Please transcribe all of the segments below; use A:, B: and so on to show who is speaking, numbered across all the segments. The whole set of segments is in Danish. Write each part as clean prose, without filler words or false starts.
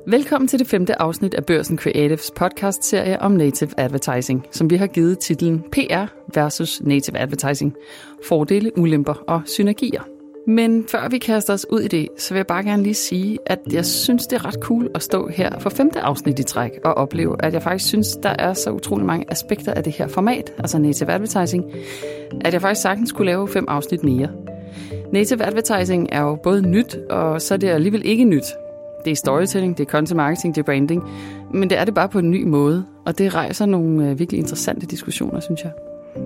A: Velkommen til det 5. afsnit af Børsen Creatives podcast-serie om native advertising, som vi har givet titlen PR versus native advertising. Fordele, ulemper og synergier. Men før vi kaster os ud i det, så vil jeg bare gerne lige sige, at jeg synes, det er ret cool at stå her for 5. afsnit i træk og opleve, at jeg faktisk synes, der er så utrolig mange aspekter af det her format, altså native advertising, at jeg faktisk sagtens kunne lave 5 afsnit mere. Native advertising er jo både nyt, og så er det alligevel ikke nyt. Det er storytelling, det er content marketing, det er branding, men det er det bare på en ny måde, og det rejser nogle virkelig interessante diskussioner, synes jeg.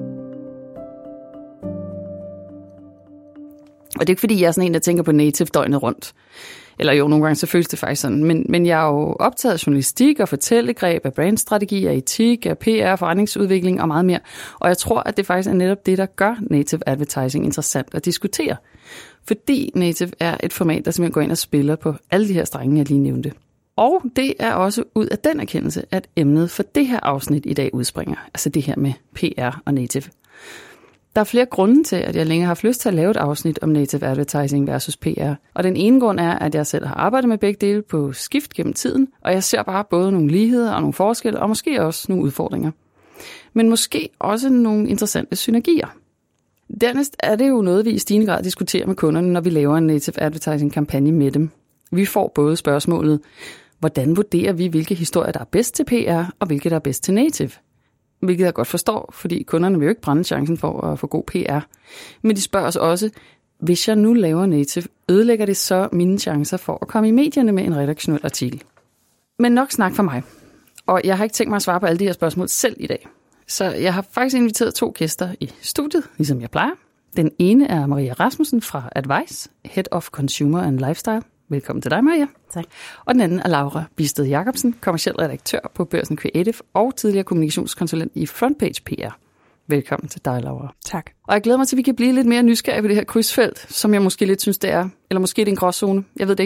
A: Og det er ikke fordi, jeg er sådan en, der tænker på native døgnet rundt. Eller jo, nogle gange så føles det faktisk sådan. Men jeg er jo optaget af journalistik og fortællegreb, af brandstrategi, af etik, af PR, forretningsudvikling og meget mere. Og jeg tror, at det faktisk er netop det, der gør native advertising interessant at diskutere. Fordi native er et format, der simpelthen går ind og spiller på alle de her strenge, jeg lige nævnte. Og det er også ud af den erkendelse, at emnet for det her afsnit i dag udspringer. Altså det her med PR og native. Der er flere grunde til, at jeg længe har haft lyst til at lave et afsnit om native advertising versus PR. Og den ene grund er, at jeg selv har arbejdet med begge dele på skift gennem tiden, og jeg ser bare både nogle ligheder og nogle forskelle, og måske også nogle udfordringer. Men måske også nogle interessante synergier. Dernæst er det jo noget, vi i stigende grad diskuterer med kunderne, når vi laver en native advertising kampagne med dem. Vi får både spørgsmålet, hvordan vurderer vi, hvilke historier, der er bedst til PR, og hvilke, der er bedst til native? Hvilket jeg godt forstår, fordi kunderne vil jo ikke brænde chancen for at få god PR. Men de spørger os også, hvis jeg nu laver native, ødelægger det så mine chancer for at komme i medierne med en redaktionel artikel? Men nok snak for mig. Og jeg har ikke tænkt mig at svare på alle de her spørgsmål selv i dag. Så jeg har faktisk inviteret 2 gæster i studiet, ligesom jeg plejer. Den ene er Maria Rasmussen fra Advice, Head of Consumer and Lifestyle. Velkommen til dig, Maria.
B: Tak.
A: Og den anden er Laura Bisted Jacobsen, kommerciel redaktør på Børsen Creative og tidligere kommunikationskonsulent i Frontpage PR. Velkommen til dig, Laura.
B: Tak.
A: Og jeg glæder mig til, at vi kan blive lidt mere nysgerrige på det her krydsfelt, som jeg måske lidt synes, det er. Eller måske det er en gråzone. Jeg ved det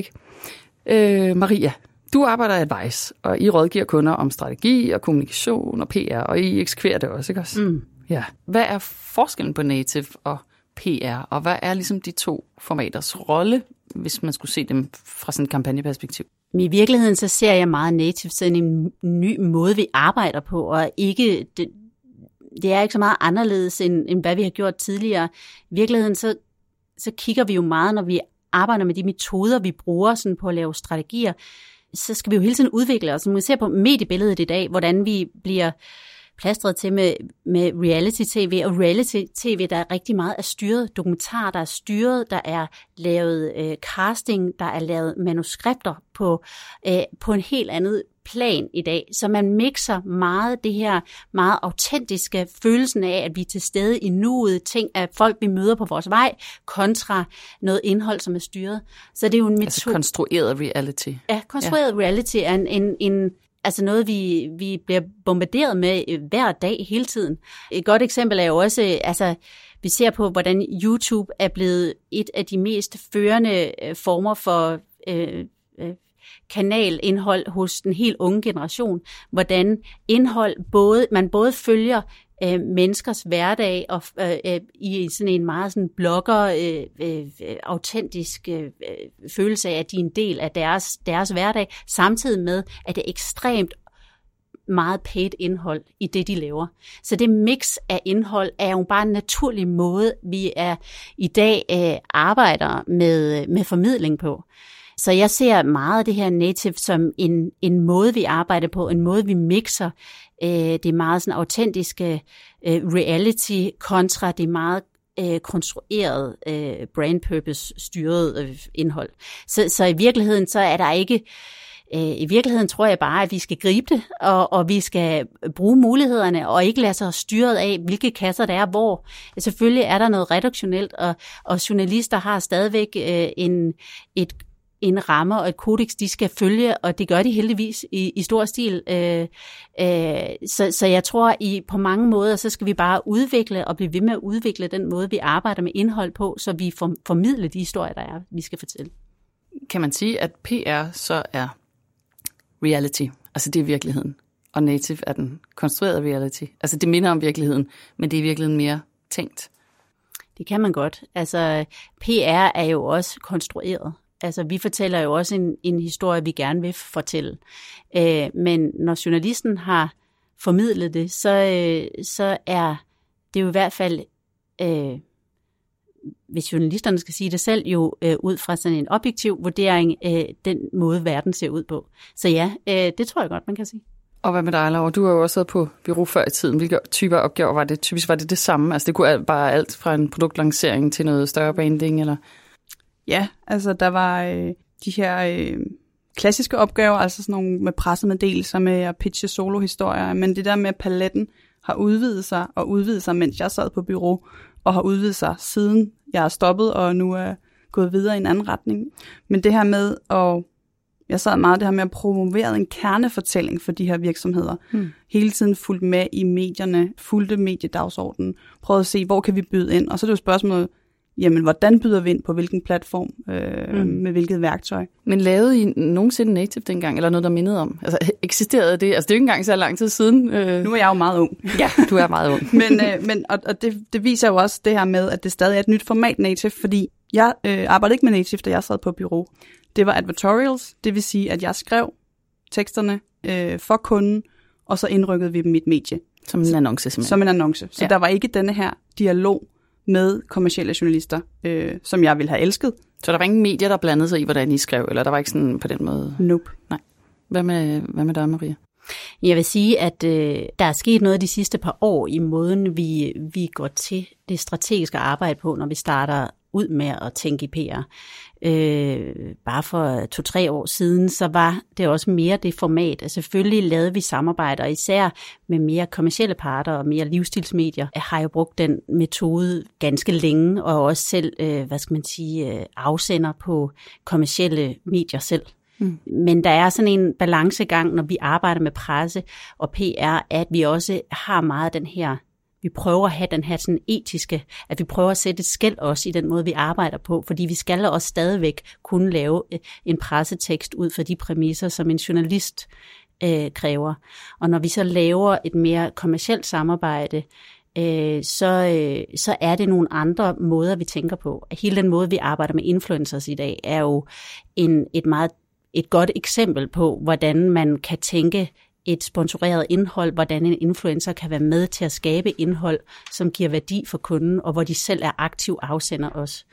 A: ikke. Maria, du arbejder i Advice, og I rådgiver kunder om strategi og kommunikation og PR, og I eksekverer det også, ikke også?
B: Mm.
A: Ja. Hvad er forskellen på native og PR, og hvad er ligesom de 2 formaters rolle, hvis man skulle se dem fra sådan et kampagneperspektiv?
B: I virkeligheden så ser jeg meget native som en ny måde, vi arbejder på, og ikke det er ikke så meget anderledes, end hvad vi har gjort tidligere. I virkeligheden så kigger vi jo meget, når vi arbejder med de metoder, vi bruger sådan på at lave strategier, så skal vi jo hele tiden udvikle os. Når man ser på mediebilledet i dag, hvordan vi bliver plastret til med reality-tv, og reality-tv, der er rigtig meget af styret, dokumentar, der er styret, der er lavet casting, der er lavet manuskripter på en helt andet plan i dag. Så man mixer meget det her meget autentiske følelsen af, at vi er til stede i nuet, ting af folk, vi møder på vores vej, kontra noget indhold, som er styret. Så det er jo en metode.
A: Altså konstrueret reality.
B: Ja, konstrueret reality er en altså noget, vi bliver bombarderet med hver dag hele tiden. Et godt eksempel er jo også, altså vi ser på, hvordan YouTube er blevet et af de mest førende former for kanalindhold hos den helt unge generation. Hvordan indhold man både følger menneskers hverdag og i sådan en meget sådan blogger autentisk følelse af, at de er en del af deres hverdag, samtidig med, at det er ekstremt meget paid indhold i det, de laver. Så det mix af indhold er jo bare en naturlig måde, vi i dag arbejder med formidling på. Så jeg ser meget af det her native som en måde, vi arbejder på, en måde, vi mixer det er meget sådan autentiske reality kontra det meget konstrueret brand purpose styret indhold. Så i virkeligheden så er der ikke i virkeligheden tror jeg bare, at vi skal gribe det, og vi skal bruge mulighederne, og ikke lade sig styret af, hvilke kasser der er hvor. Selvfølgelig er der noget redaktionelt, og journalister har stadigvæk en ramme og et kodeks, de skal følge, og det gør de heldigvis i stor stil. Så jeg tror, på mange måder, så skal vi bare udvikle og blive ved med at udvikle den måde, vi arbejder med indhold på, så vi formidler de historier, der er, vi skal fortælle.
A: Kan man sige, at PR så er reality, altså det er virkeligheden, og native er den konstruerede reality? Altså det minder om virkeligheden, men det er i virkeligheden mere tænkt.
B: Det kan man godt. Altså PR er jo også konstrueret. Altså, vi fortæller jo også en historie, vi gerne vil fortælle. Men når journalisten har formidlet det, så er det jo i hvert fald, hvis journalisterne skal sige det selv, jo ud fra sådan en objektiv vurdering, den måde verden ser ud på. Så ja, det tror jeg godt, man kan sige.
A: Og hvad med dig, Laura? Du har jo også været på bureau før i tiden. Hvilke typer opgaver var det? Typisk var det samme? Altså det kunne bare alt fra en produktlancering til noget større branding, eller?
C: Ja, altså der var de her klassiske opgaver, altså sådan nogle med pressemeddelelser, med at pitche solohistorier, men det der med paletten har udvidet sig, mens jeg sad på bureau, og har udvidet sig siden jeg er stoppet, og nu er gået videre i en anden retning. Men det her med jeg sad meget det her med at promovere en kernefortælling for de her virksomheder. Hele tiden fulgte med i medierne, fulgte mediedagsordenen, prøvede at se, hvor kan vi byde ind. Og så er det jo spørgsmålet, jamen, hvordan byder vi ind på hvilken platform, med hvilket værktøj. Men
A: lavede I nogensinde native dengang, eller noget, der mindede om? Altså, eksisterede det? Altså, det er jo ikke engang så lang tid siden.
C: Nu er jeg jo meget ung.
A: Ja, du er meget ung.
C: men det viser jo også det her med, at det stadig er et nyt format native, fordi jeg arbejdede ikke med native, da jeg sad på bureau. Det var advertorials, det vil sige, at jeg skrev teksterne for kunden, og så indrykkede vi dem i et medie.
A: Som en annonce, simpelthen.
C: Som en annonce. Så der var ikke denne her dialog med kommercielle journalister, som jeg ville have elsket.
A: Så der var ingen medier, der blandede sig i, hvordan I skrev, eller der var ikke sådan på den måde?
C: Nope.
A: Nej. Hvad med dig, Maria?
B: Jeg vil sige, at der er sket noget de sidste par år i måden, vi går til det strategiske arbejde på, når vi starter ud med at tænke i PR. Bare for 2-3 år siden, så var det også mere det format. Altså, selvfølgelig lavede vi samarbejder, især med mere kommercielle parter og mere livsstilsmedier. Jeg har jo brugt den metode ganske længe, og også selv, afsender på kommercielle medier selv. Men der er sådan en balancegang, når vi arbejder med presse og PR, at vi også har meget den her, vi prøver at have den her sådan etiske, at vi prøver at sætte et skel også i den måde, vi arbejder på, fordi vi skal også stadigvæk kunne lave en pressetekst ud fra de præmisser, som en journalist kræver. Og når vi så laver et mere kommercielt samarbejde, så er det nogle andre måder, vi tænker på. Hele den måde, vi arbejder med influencers i dag, er jo et godt eksempel på, hvordan man kan tænke et sponsoreret indhold, hvordan en influencer kan være med til at skabe indhold, som giver værdi for kunden, og hvor de selv er aktiv afsender også.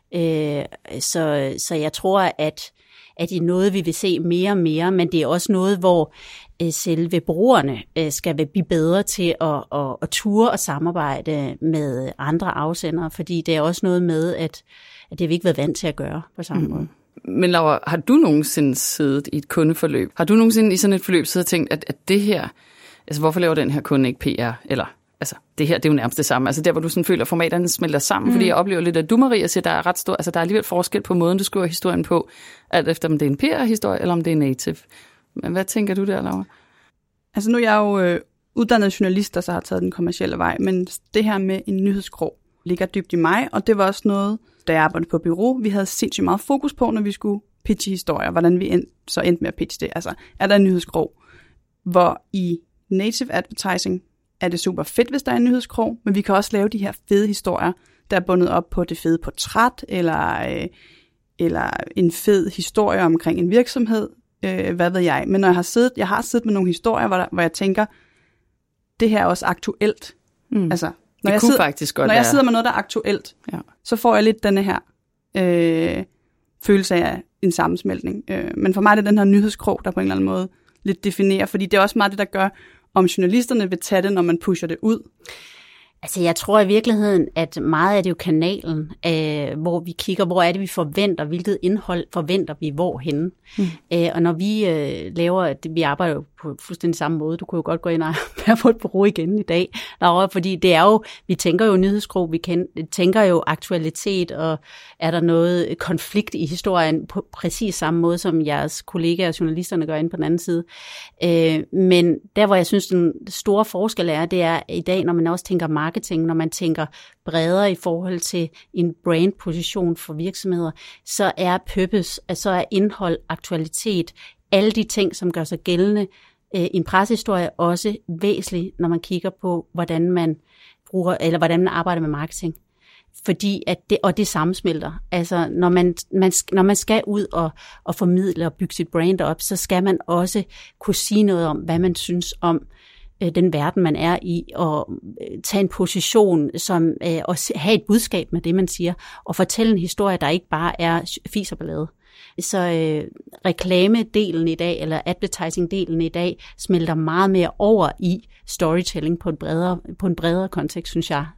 B: Så jeg tror, at det er noget, vi vil se mere og mere, men det er også noget, hvor selve brugerne skal blive bedre til at ture og samarbejde med andre afsendere, fordi det er også noget med, at det har vi ikke været vant til at gøre på samme måde.
A: Men Laura, har du nogensinde siddet i et kundeforløb? Har du nogensinde i sådan et forløb siddet og tænkt, at det her, altså hvorfor laver den her kunde ikke PR? Eller, altså det her, det er jo nærmest det samme. Altså der, hvor du sådan føler, at formaterne smelter sammen, fordi jeg oplever lidt, at du, Maria, siger, der er ret stor, altså der er alligevel forskel på måden, du skriver historien på, alt efter om det er en PR-historie, eller om det er native. Men hvad tænker du der, Laura?
C: Altså nu er jeg jo uddannet journalist, der så har taget den kommercielle vej, men det her med en nyhedskrog ligger dybt i mig, og det var også noget, da jeg arbejdede på bureau, vi havde sindssygt meget fokus på, når vi skulle pitche historier, hvordan vi endte med at pitche det. Altså, er der en nyhedskrog? Hvor i native advertising er det super fedt, hvis der er en nyhedskrog, men vi kan også lave de her fede historier, der er bundet op på det fede portræt, eller en fed historie omkring en virksomhed, hvad ved jeg. Men når jeg har siddet med nogle historier, hvor jeg tænker, det her er også aktuelt. Altså, når jeg sidder med noget, der er aktuelt, så får jeg lidt denne her følelse af en sammensmeltning. Men for mig er det den her nyhedskrog, der på en eller anden måde lidt definerer, fordi det er også meget det, der gør, om journalisterne vil tage det, når man pusher det ud.
B: Altså jeg tror i virkeligheden, at meget af det er jo kanalen, hvor vi kigger, hvor er det, vi forventer, hvilket indhold forventer vi hvorhenne. Og når vi laver, vi arbejder jo på fuldstændig samme måde, du kunne jo godt gå ind og være på et bureau igen i dag, Laura, fordi det er jo, vi tænker jo nyhedskrog, vi tænker jo aktualitet, og er der noget konflikt i historien på præcis samme måde, som jeres kollegaer og journalisterne gør inde på den anden side. Men der, hvor jeg synes, den store forskel er, det er i dag, når man også tænker marketing, når man tænker bredere i forhold til en brandposition for virksomheder, så er purpose, så er indhold, aktualitet, alle de ting, som gør sig gældende i en pressehistorie, også væsentligt, når man kigger på, hvordan man arbejder med marketing. fordi at det sammensmelter. Altså, når man skal ud og formidle og bygge sit brand op, så skal man også kunne sige noget om, hvad man synes om den verden, man er i, og tage en position, og have et budskab med det, man siger, og fortælle en historie, der ikke bare er fis og ballade. Så reklamedelen i dag, eller advertising-delen i dag, smelter meget mere over i storytelling på en bredere kontekst, synes jeg.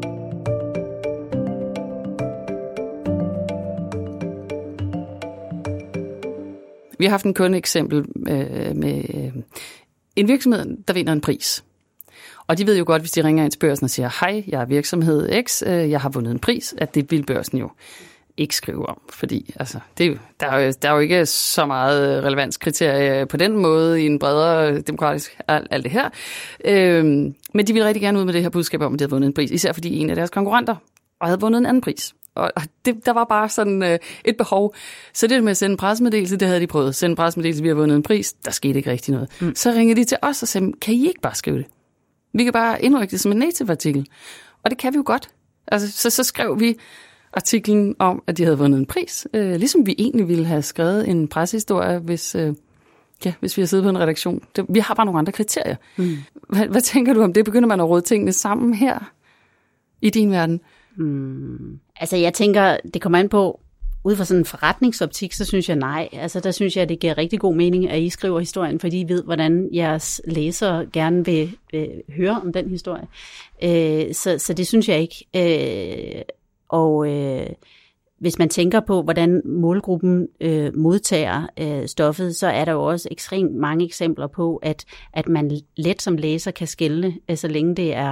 A: Vi har haft en kundeeksempel med en virksomhed, der vinder en pris. Og de ved jo godt, hvis de ringer ind til børsen og siger, hej, jeg er virksomhed X, jeg har vundet en pris, at det vil børsen jo ikke skrive om. Fordi altså, der er jo ikke så meget relevanskriterie på den måde i en bredere demokratisk alt det her. Men de vil rigtig gerne ud med det her budskab om, at de havde vundet en pris, især fordi en af deres konkurrenter havde vundet en anden pris. Og der var bare sådan et behov. Så det med at sende en pressemeddelelse, det havde de prøvet. Sende en pressemeddelelse, vi har vundet en pris, der skete ikke rigtig noget. Så ringede de til os og sagde, kan I ikke bare skrive det? Vi kan bare indrykke det som en native-artikel. Og det kan vi jo godt. Altså, så skrev vi artiklen om, at de havde vundet en pris. Ligesom vi egentlig ville have skrevet en pressehistorie, hvis vi har siddet på en redaktion. Vi har bare nogle andre kriterier. Hvad tænker du om det? Begynder man at råde tingene sammen her i din verden?
B: Altså jeg tænker, det kommer an på, ud fra sådan en forretningsoptik, så synes jeg nej. Altså der synes jeg, det giver rigtig god mening, at I skriver historien, fordi I ved, hvordan jeres læsere gerne vil høre om den historie. Så det synes jeg ikke. Hvis man tænker på, hvordan målgruppen modtager stoffet, så er der jo også ekstremt mange eksempler på, at man let som læser kan skelne, så længe det er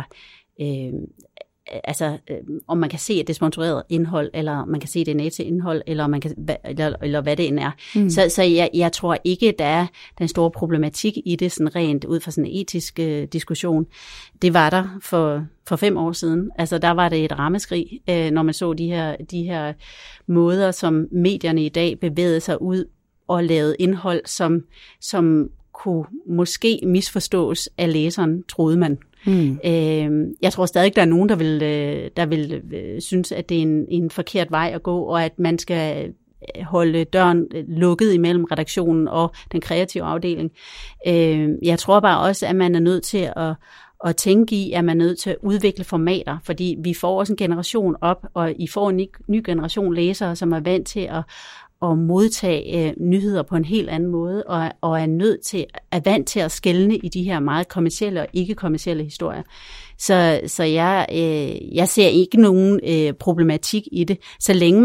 B: om man kan se, at det er sponsoreret indhold, eller man kan se, at det er native indhold, eller hvad det end er. Så jeg tror ikke, der er den store problematik i det, sådan rent ud fra sådan en etisk diskussion. Det var der for 5 år siden. Altså der var det et ramaskrig, når man så de her måder, som medierne i dag bevægede sig ud og lavede indhold, som kunne måske misforstås af læseren, troede man. Jeg tror stadig, der er nogen, der vil synes, at det er en forkert vej at gå, og at man skal holde døren lukket imellem redaktionen og den kreative afdeling. Jeg tror bare også, at man er nødt til at tænke i, at man er nødt til at udvikle formater, fordi vi får også en generation op, og I får en ny generation læsere, som er vant til at modtage nyheder på en helt anden måde, og er vant til at skelne i de her meget kommercielle og ikke-kommercielle historier. Så jeg ser ikke nogen problematik i det, så længe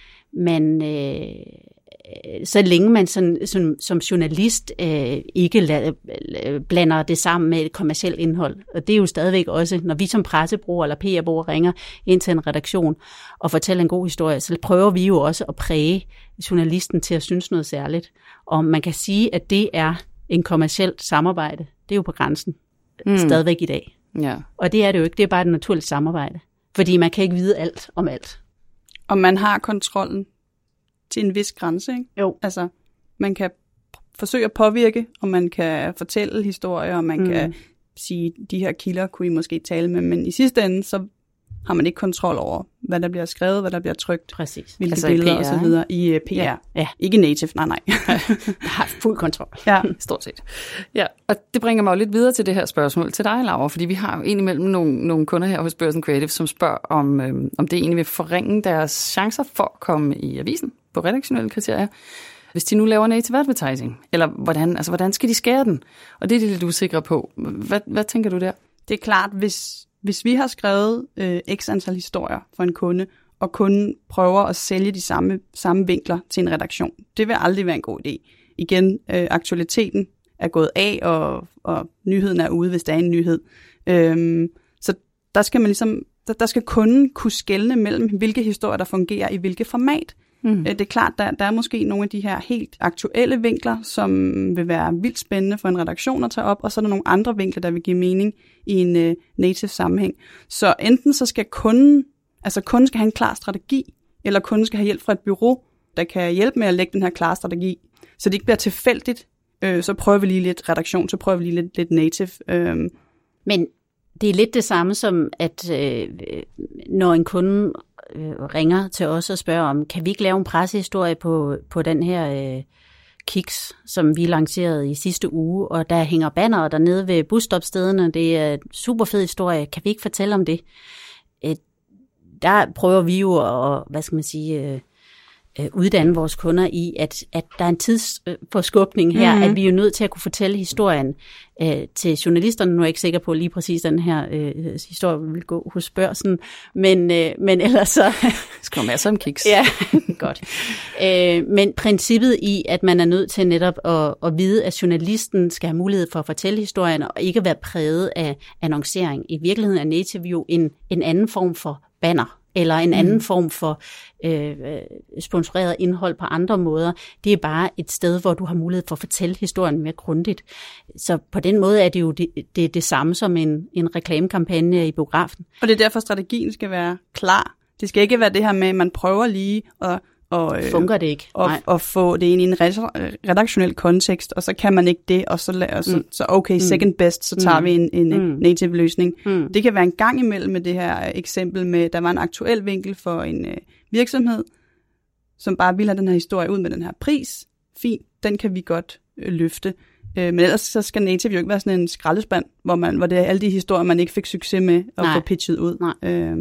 B: man som journalist ikke blander det sammen med et kommercielt indhold. Og det er jo stadigvæk også, når vi som pressebruger eller PR-bruger ringer ind til en redaktion og fortæller en god historie, så prøver vi jo også at præge journalisten til at synes noget særligt. Og man kan sige, at det er en kommercielt samarbejde. Det er jo på grænsen stadigvæk i dag.
A: Ja.
B: Og det er det jo ikke, det er bare et naturligt samarbejde. Fordi man kan ikke vide alt om alt.
C: Og man har kontrollen til en vis grænse, ikke?
B: Jo.
C: Altså, man kan forsøge at påvirke, og man kan fortælle historier, og man kan sige, de her kilder kunne I måske tale med, men i sidste ende, så har man ikke kontrol over, hvad der bliver skrevet, hvad der bliver trykt,
B: præcis.
C: Hvilke altså billeder og så videre i PR.
B: Ja.
C: Ikke native, nej.
B: Jeg har fuld kontrol.
A: Ja, stort set. Ja, og det bringer mig jo lidt videre til det her spørgsmål til dig, Laura, fordi vi har jo indimellem nogle kunder her hos Børsen Creative, som spørger, om det egentlig vil forringe deres chancer for at komme i avisen på redaktionelle kriterier, hvis de nu laver native advertising, eller hvordan skal de skære den? Og det er de lidt usikre på. Hvad tænker du der?
C: Det er klart, hvis vi har skrevet x antal historier for en kunde, og kunden prøver at sælge de samme vinkler til en redaktion, det vil aldrig være en god idé. Igen, aktualiteten er gået af, og nyheden er ude, hvis der er en nyhed. Så der skal man ligesom, der skal kunden kunne skelne mellem, hvilke historier, der fungerer i hvilket format. Det er klart, der er måske nogle af de her helt aktuelle vinkler, som vil være vildt spændende for en redaktion at tage op, og så er der nogle andre vinkler, der vil give mening i en native sammenhæng. Så enten så skal kunden skal have en klar strategi, eller kunden skal have hjælp fra et bureau, der kan hjælpe med at lægge den her klare strategi, så det ikke bliver tilfældigt. Så prøver vi lige lidt redaktion, så prøver vi lige lidt native.
B: Men Det er lidt det samme som, at når en kunde ringer til os og spørger om, kan vi ikke lave en pressehistorie på den her kiks, som vi lancerede i sidste uge, og der hænger bannere dernede ved busstopstederne. Det er en super fed historie. Kan vi ikke fortælle om det? Der prøver vi jo at, uddanne vores kunder i, at der er en tidsforskubning her, at vi er nødt til at kunne fortælle historien til journalisterne. Nu er jeg ikke sikker på lige præcis den her historie vil gå hos Børsen, men ellers så...
A: Skal man masser om kiks.
B: Ja, godt. Men princippet i, at man er nødt til netop at vide, at journalisten skal have mulighed for at fortælle historien, og ikke være præget af annoncering. I virkeligheden er native jo en anden form for banner, eller en anden form for sponsoreret indhold på andre måder. Det er bare et sted, hvor du har mulighed for at fortælle historien mere grundigt. Så på den måde er det jo det samme som en reklamekampagne i biografen.
C: Og det er derfor, strategien skal være klar. Det skal ikke være det her med, at man prøver lige at
B: fungerer det ikke.
C: Og få det ind i en redaktionel kontekst, og så kan man ikke det, og så okay, second best, så tager vi en native løsning. Det kan være en gang imellem med det her eksempel med, der var en aktuel vinkel for en virksomhed, som bare ville have den her historie ud med den her pris. Fint, den kan vi godt løfte. Men ellers så skal native jo ikke være sådan en skraldespand, hvor det er alle de historier, man ikke fik succes med at få pitchet ud.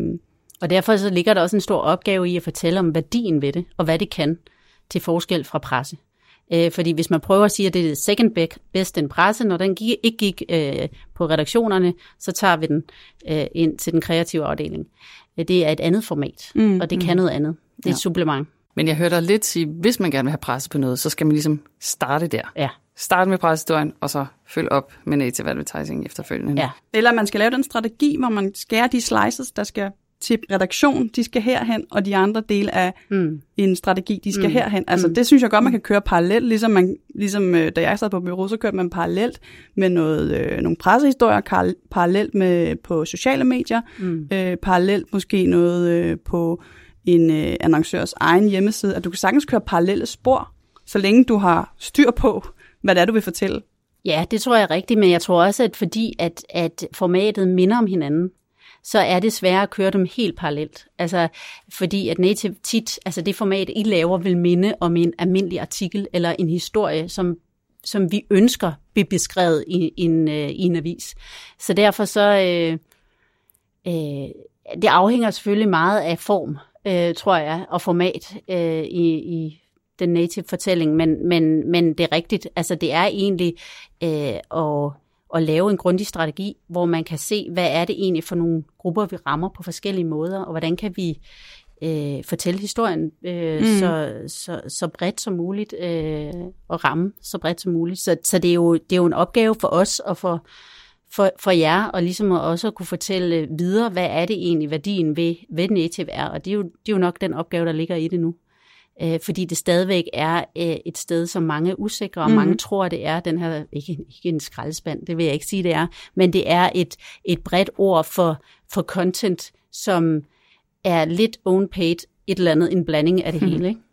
B: Og derfor så ligger der også en stor opgave i at fortælle om værdien ved det, og hvad det kan til forskel fra presse. Fordi hvis man prøver at sige, at det er second best en presse, når den ikke gik på redaktionerne, så tager vi den ind til den kreative afdeling. Det er et andet format, og det kan noget andet. Det er et supplement.
A: Men jeg hørte dig lidt sige, hvis man gerne vil have presse på noget, så skal man ligesom starte der.
B: Ja.
A: Starte med pressehistorien, og så følge op med native advertising efterfølgende.
B: Ja.
C: Eller man skal lave den strategi, hvor man skærer de slices, der skal til redaktion, de skal herhen, og de andre dele af en strategi, de skal herhen. Altså det synes jeg godt, man kan køre parallelt, ligesom da jeg sad på bureau, så kørte man parallelt med nogle pressehistorier, parallelt med på sociale medier, parallelt måske noget på en annoncørs egen hjemmeside, at du kan sagtens køre parallelle spor, så længe du har styr på, hvad det er, du vil fortælle.
B: Ja, det tror jeg er rigtigt, men jeg tror også, at fordi at formatet minder om hinanden, så er det sværere at køre dem helt parallelt. Altså, fordi at native tit, altså det format, I laver, vil minde om en almindelig artikel eller en historie, som vi ønsker bliver beskrevet i en avis. Så derfor så, det afhænger selvfølgelig meget af form, tror jeg, og format i den native fortælling, men det er rigtigt. Altså, det er egentlig at lave en grundig strategi, hvor man kan se, hvad er det egentlig for nogle grupper, vi rammer på forskellige måder, og hvordan kan vi fortælle historien så bredt som muligt, og ramme så bredt som muligt. Så det er jo en opgave for os og for jer, og ligesom også at kunne fortælle videre, hvad er det egentlig værdien ved native er, og det er jo nok den opgave, der ligger i det nu. Fordi det stadigvæk er et sted, som mange er usikre, og mange tror, det er den her, ikke en skraldespand, det vil jeg ikke sige, det er, men det er et bredt ord for content, som er lidt own-paid, et eller andet, en blanding af det hele, ikke?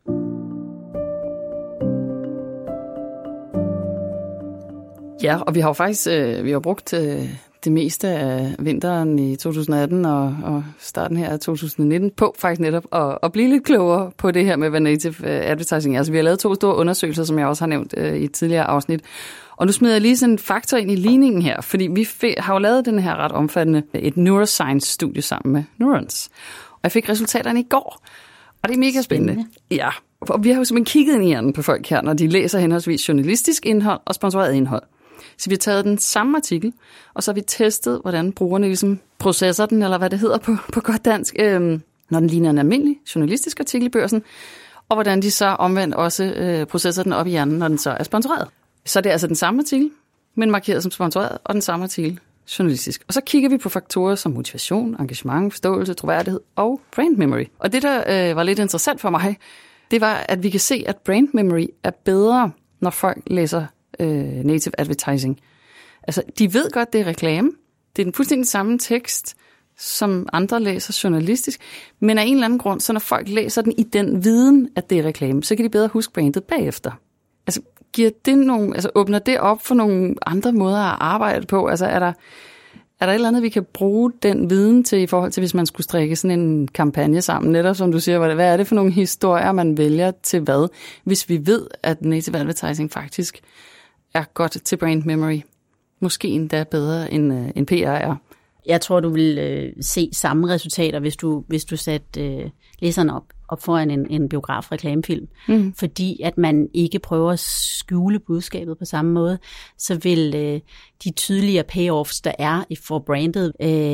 A: Ja, og vi har jo faktisk brugt det meste af vinteren i 2018 og starten her af 2019 på faktisk netop at blive lidt klogere på det her med, hvad native advertising er. Altså, vi har lavet 2 store undersøgelser, som jeg også har nævnt i et tidligere afsnit. Og nu smider jeg lige sådan en faktor ind i ligningen her, fordi vi har jo lavet den her ret omfattende et neuroscience-studie sammen med Neurons. Og jeg fik resultaterne i går, og det er mega spændende. Ja, og vi har jo simpelthen kigget ind i hjernen på folk her, når de læser henholdsvis journalistisk indhold og sponsoreret indhold. Så vi har taget den samme artikel, og så har vi testet, hvordan brugerne ligesom processer den, eller hvad det hedder på godt dansk, når den ligner en almindelig journalistisk artikel i Børsen, og hvordan de så omvendt også processer den op i hjernen, når den så er sponsoreret. Så det er altså den samme artikel, men markeret som sponsoreret, og den samme artikel journalistisk. Og så kigger vi på faktorer som motivation, engagement, forståelse, troværdighed og brand memory. Og det, der var lidt interessant for mig, det var, at vi kan se, at brand memory er bedre, når folk læser native advertising. Altså, de ved godt, det er reklame. Det er den fuldstændig samme tekst, som andre læser journalistisk. Men af en eller anden grund, så når folk læser den i den viden, at det er reklame, så kan de bedre huske brandet bagefter. Altså, åbner det op for nogle andre måder at arbejde på? Altså, er Er der et eller andet, vi kan bruge den viden til, i forhold til, hvis man skulle strikke sådan en kampagne sammen? Netop som du siger, hvad er det for nogle historier, man vælger til hvad? Hvis vi ved, at native advertising faktisk er godt til brand memory. Måske endda bedre end PR er.
B: Jeg tror, du vil se samme resultater, hvis du satte læseren op foran en biografreklamefilm. Fordi at man ikke prøver at skjule budskabet på samme måde, så vil de tydeligere payoffs, der er for brandet,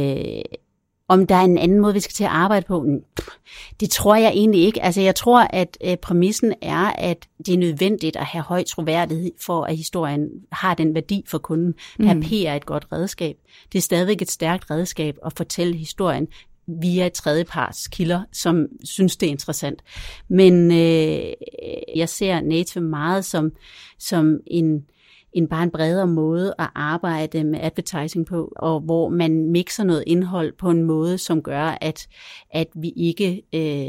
B: om der er en anden måde, vi skal til at arbejde på, det tror jeg egentlig ikke. Altså jeg tror, at præmissen er, at det er nødvendigt at have høj troværdighed for, at historien har den værdi for kunden. Papir er et godt redskab. Det er stadigvæk et stærkt redskab at fortælle historien via tredjeparts kilder, som synes, det er interessant. Men jeg ser native meget som en bare en bredere måde at arbejde med advertising på, og hvor man mixer noget indhold på en måde, som gør, at vi ikke,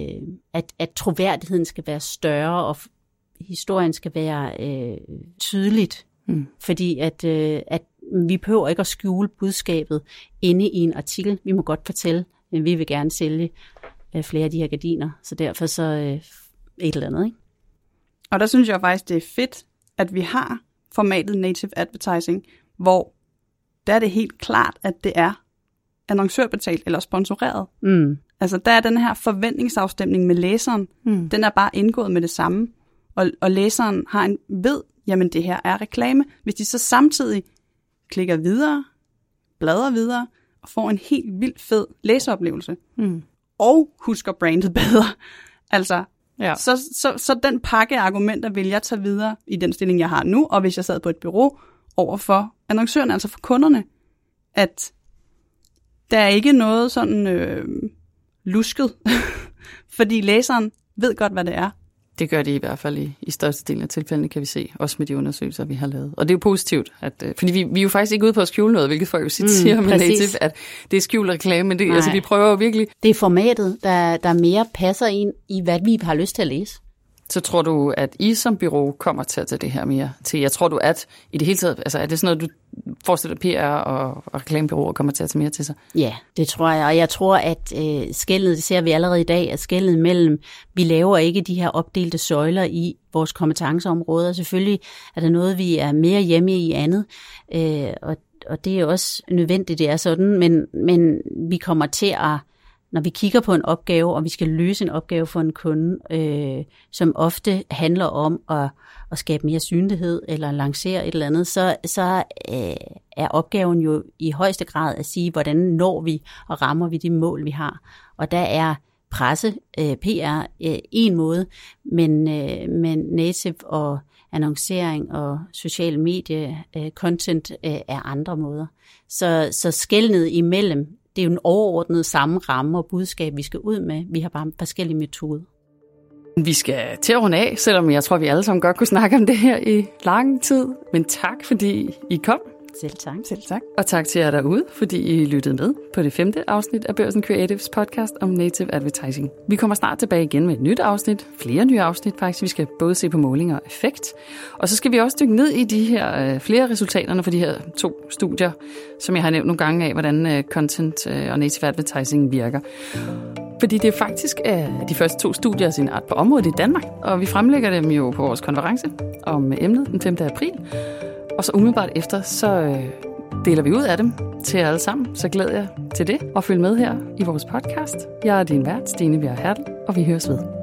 B: at troværdigheden skal være større, og historien skal være tydeligt. Fordi at vi behøver ikke at skjule budskabet inde i en artikel. Vi må godt fortælle, men vi vil gerne sælge flere af de her gardiner, så derfor så et eller andet, ikke?
C: Og der synes jeg faktisk, det er fedt, at vi har formatet native advertising, hvor der er det helt klart, at det er annoncørbetalt eller sponsoreret. Altså der er den her forventningsafstemning med læseren, den er bare indgået med det samme, og læseren har ved, jamen det her er reklame. Hvis de så samtidig klikker videre, bladrer videre, og får en helt vildt fed læseoplevelse, og husker brandet bedre, altså ja. Så den pakke af argumenter vil jeg tage videre i den stilling, jeg har nu, og hvis jeg sad på et bureau over for annoncørerne, altså for kunderne, at der er ikke noget sådan lusket, fordi læseren ved godt, hvad det er.
A: Det gør de i hvert fald i størstedelen af tilfældene, kan vi se, også med de undersøgelser, vi har lavet. Og det er jo positivt, fordi vi er jo faktisk ikke ude på at skjule noget, hvilket folk jo siger med native, at det er skjult reklame, men det, altså, vi prøver jo virkelig.
B: Det er formatet, der mere passer ind i, hvad vi har lyst til at læse.
A: Så tror du, at I som bureau kommer til at tage det her mere til? Jeg tror du, at i det hele taget, altså er det sådan noget, du forestiller PR og reklamebureauer kommer til at tage mere til sig?
B: Ja, det tror jeg, og jeg tror, at skellet, det ser vi allerede i dag, at skellet mellem, vi laver ikke de her opdelte søjler i vores kompetenceområder. Selvfølgelig er der noget, vi er mere hjemme i andet, og det er også nødvendigt, det er sådan, men vi kommer til at, når vi kigger på en opgave, og vi skal løse en opgave for en kunde, som ofte handler om at skabe mere synlighed eller lancere et eller andet, så er opgaven jo i højeste grad at sige, hvordan når vi og rammer vi de mål, vi har. Og der er presse, PR, en måde, men native og annoncering og social medie content er andre måder. Så skelnet imellem, det er jo en overordnet samme ramme og budskab, vi skal ud med. Vi har bare forskellige metoder.
A: Vi skal til at runde af, selvom jeg tror, vi alle sammen godt kunne snakke om det her i lang tid. Men tak, fordi I kom.
B: Selv tak.
C: Selv tak.
A: Og tak til jer derude, fordi I lyttede med på det 5. afsnit af Børsen Creatives podcast om native advertising. Vi kommer snart tilbage igen med et nyt afsnit. Flere nye afsnit faktisk. Vi skal både se på måling og effekt. Og så skal vi også dykke ned i de her flere resultaterne for de her 2 studier, som jeg har nævnt nogle gange af, hvordan content og native advertising virker. Fordi det faktisk er de første 2 studier af sin art på området i Danmark. Og vi fremlægger dem jo på vores konference om emnet den 5. april. Og så umiddelbart efter, så deler vi ud af dem til jer alle sammen. Så glæder jeg til det og følg med her i vores podcast. Jeg er din vært, Stine Bjerg Hertel, og vi høres ved.